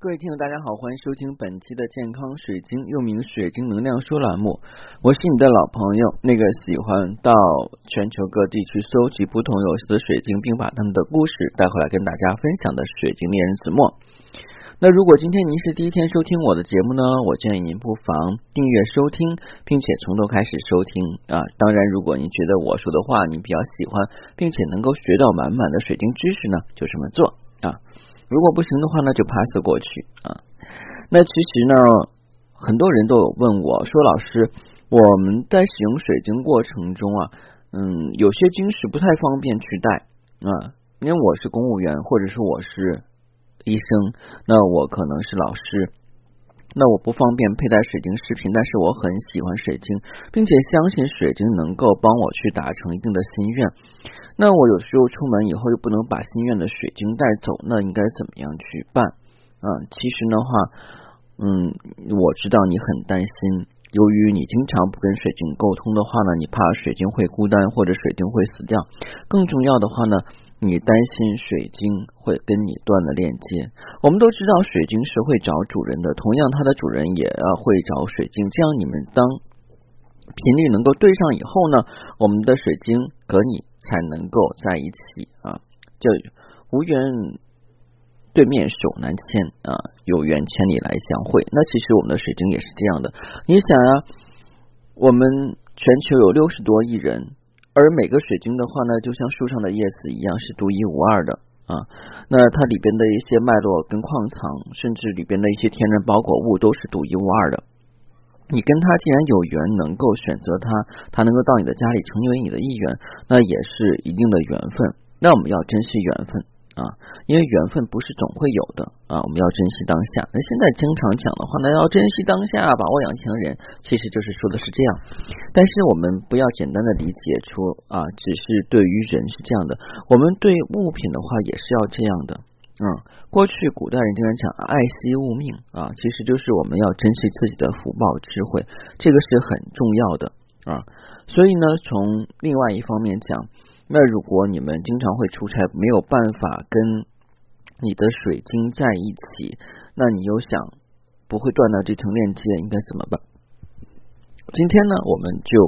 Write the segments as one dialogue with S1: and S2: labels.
S1: 各位听众大家好，欢迎收听本期的健康水晶，又名水晶能量说栏目。我是你的老朋友，那个喜欢到全球各地去收集不同有趣的水晶，并把他们的故事带回来跟大家分享的水晶猎人子墨。那如果今天您是第一天收听我的节目呢，我建议您不妨订阅收听，并且从头开始收听啊。当然如果您觉得我说的话你比较喜欢，并且能够学到满满的水晶知识呢，就这么做啊。如果不行的话呢，就 pass 过去啊。那其实呢，很多人都有问我说，老师，我们在使用水晶过程中啊，有些晶石不太方便去戴啊，因为我是公务员，或者是我是医生，那我可能是老师，那我不方便佩戴水晶饰品，但是我很喜欢水晶，并且相信水晶能够帮我去达成一定的心愿。那我有时候出门以后又不能把心愿的水晶带走，那应该怎么样去办其实的话我知道你很担心，由于你经常不跟水晶沟通的话呢，你怕水晶会孤单或者水晶会死掉，更重要的话呢，你担心水晶会跟你断了链接。我们都知道水晶是会找主人的，同样它的主人也会找水晶，这样你们当频率能够对上以后呢，我们的水晶和你才能够在一起就无缘对面手难牵有缘千里来相会。那其实我们的水晶也是这样的，你想我们全球有60多亿人，而每个水晶的话呢，就像树上的叶子一样，是独一无二的那它里边的一些脉络跟矿藏，甚至里边的一些天然包裹物都是独一无二的。你跟他既然有缘能够选择他能够到你的家里成为你的一员，那也是一定的缘分。那我们要珍惜缘分因为缘分不是总会有的我们要珍惜当下。那现在经常讲的话呢，要珍惜当下，把握两强人，其实就是说的是这样。但是我们不要简单的理解出只是对于人是这样的，我们对物品的话也是要这样的。过去古代人经常讲爱惜物命其实就是我们要珍惜自己的福报智慧，这个是很重要的所以呢，从另外一方面讲，那如果你们经常会出差，没有办法跟你的水晶在一起，那你又想不会断掉这层链接，应该怎么办？今天呢，我们就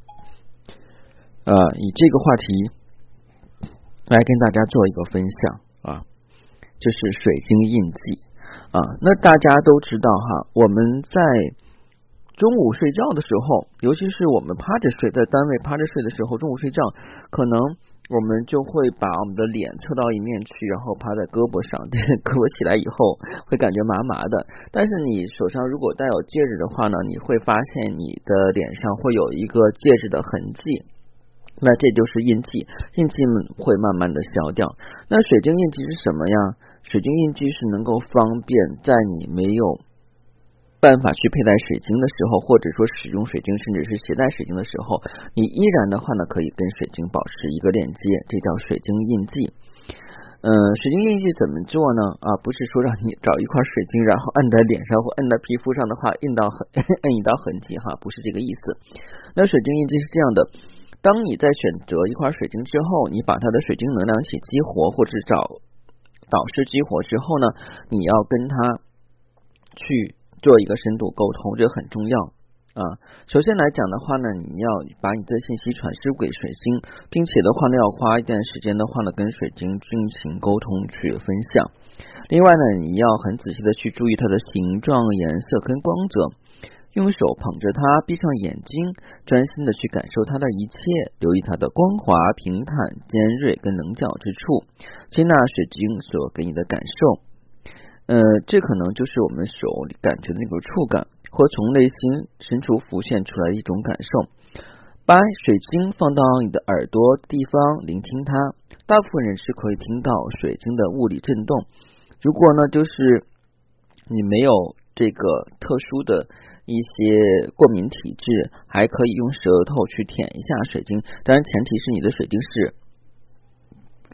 S1: 以这个话题来跟大家做一个分享就是水晶印记那大家都知道我们在中午睡觉的时候，尤其是我们趴着睡，在单位趴着睡的时候，中午睡觉可能我们就会把我们的脸侧到一面去，然后趴在胳膊上，胳膊起来以后会感觉麻麻的。但是你手上如果带有戒指的话呢，你会发现你的脸上会有一个戒指的痕迹，那这就是印记，印记会慢慢的消掉。那水晶印记是什么呀？水晶印记是能够方便在你没有办法去佩戴水晶的时候，或者说使用水晶甚至是携带水晶的时候，你依然的话呢可以跟水晶保持一个链接，这叫水晶印记。水晶印记怎么做呢不是说让你找一块水晶然后按在脸上或按在皮肤上的话印一道痕迹不是这个意思。那水晶印记是这样的，当你在选择一块水晶之后，你把它的水晶能量起激活，或者找导师激活之后呢，你要跟它去做一个深度沟通，这很重要首先来讲的话呢，你要把你的信息传输给水晶，并且的话呢，要花一段时间的话呢，跟水晶进行沟通去分享。另外呢，你要很仔细的去注意它的形状、颜色跟光泽，用手捧着它，闭上眼睛，专心的去感受它的一切，留意它的光滑、平坦、尖锐跟棱角之处，接纳水晶所给你的感受。这可能就是我们手里感觉的那个触感，或从内心深处浮现出来的一种感受。把水晶放到你的耳朵地方，聆听它。大部分人是可以听到水晶的物理震动。如果呢，就是你没有这个特殊的一些过敏体质，还可以用舌头去舔一下水晶，当然前提是你的水晶是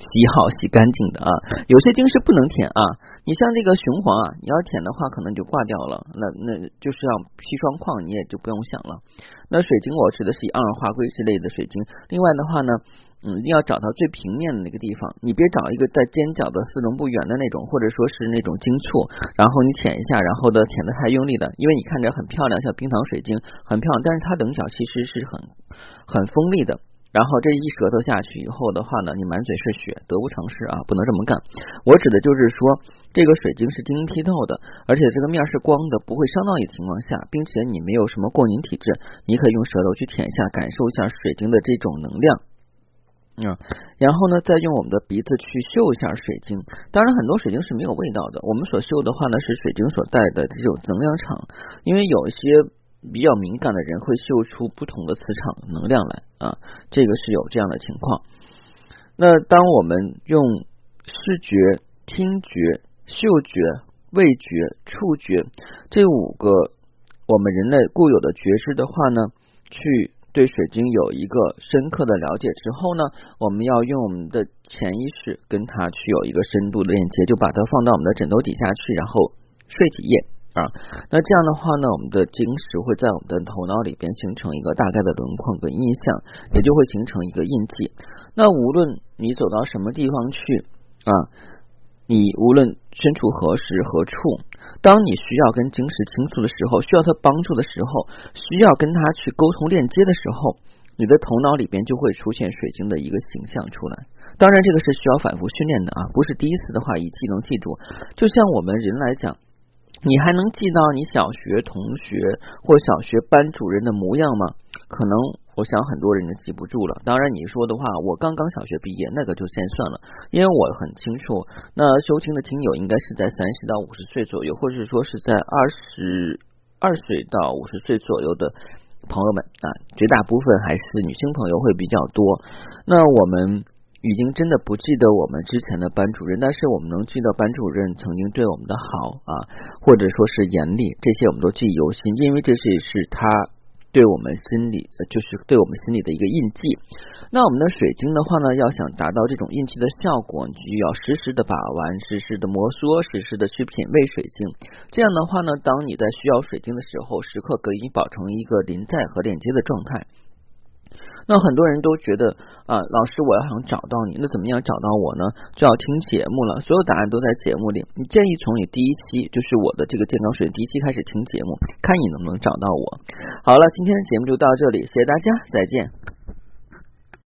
S1: 洗好洗干净的啊，有些晶是不能填啊。你像这个雄黄啊，你要填的话可能就挂掉了，那就是像砒霜矿你也就不用想了。那水晶我指的是以二氧化硅之类的水晶。另外的话呢，一定要找到最平面的那个地方，你别找一个带尖角的四棱不圆的那种，或者说是那种晶簇，然后你舔一下，然后的舔得太用力的，因为你看着很漂亮，像冰糖水晶很漂亮，但是它棱角其实是很锋利的。然后这一舌头下去以后的话呢，你满嘴是血，得不偿失啊，不能这么干。我指的就是说，这个水晶是晶莹剔透的，而且这个面是光的，不会伤到你的情况下，并且你没有什么过敏体质，你可以用舌头去舔一下，感受一下水晶的这种能量。然后呢，再用我们的鼻子去嗅一下水晶。当然，很多水晶是没有味道的，我们所嗅的话呢，是水晶所带的这种能量场，因为有一些比较敏感的人会嗅出不同的磁场能量来啊，这个是有这样的情况。那当我们用视觉、听觉、嗅觉、味觉、触觉这5个我们人类固有的觉知的话呢，去对水晶有一个深刻的了解之后呢，我们要用我们的潜意识跟它去有一个深度的链接，就把它放到我们的枕头底下去，然后睡几夜那这样的话呢，我们的晶石会在我们的头脑里边形成一个大概的轮廓跟印象，也就会形成一个印记。那无论你走到什么地方去你无论身处何时何处，当你需要跟晶石倾诉的时候，需要它帮助的时候，需要跟它去沟通链接的时候，你的头脑里边就会出现水晶的一个形象出来。当然这个是需要反复训练的不是第一次的话一记能记住。就像我们人来讲，你还能记到你小学同学或小学班主任的模样吗？可能我想很多人就记不住了。当然你说的话，我刚刚小学毕业，那个就先算了，因为我很清楚，那收听的听友应该是在30到50岁左右，或者说是在22岁到50岁左右的朋友们绝大部分还是女性朋友会比较多。那我们已经真的不记得我们之前的班主任，但是我们能记得班主任曾经对我们的好或者说是严厉，这些我们都记忆犹新，因为这是他对我们心里就是对我们心里的一个印记。那我们的水晶的话呢，要想达到这种印记的效果，你就要时时的把玩，时时的摩挲，时时的去品味水晶。这样的话呢，当你在需要水晶的时候，时刻可以保持一个临在和链接的状态。那很多人都觉得老师我要想找到你，那怎么样找到我呢？就要听节目了，所有答案都在节目里。你建议从你第一期，就是我的这个健康水第一期开始听节目，看你能不能找到我。好了，今天的节目就到这里，谢谢大家，再见。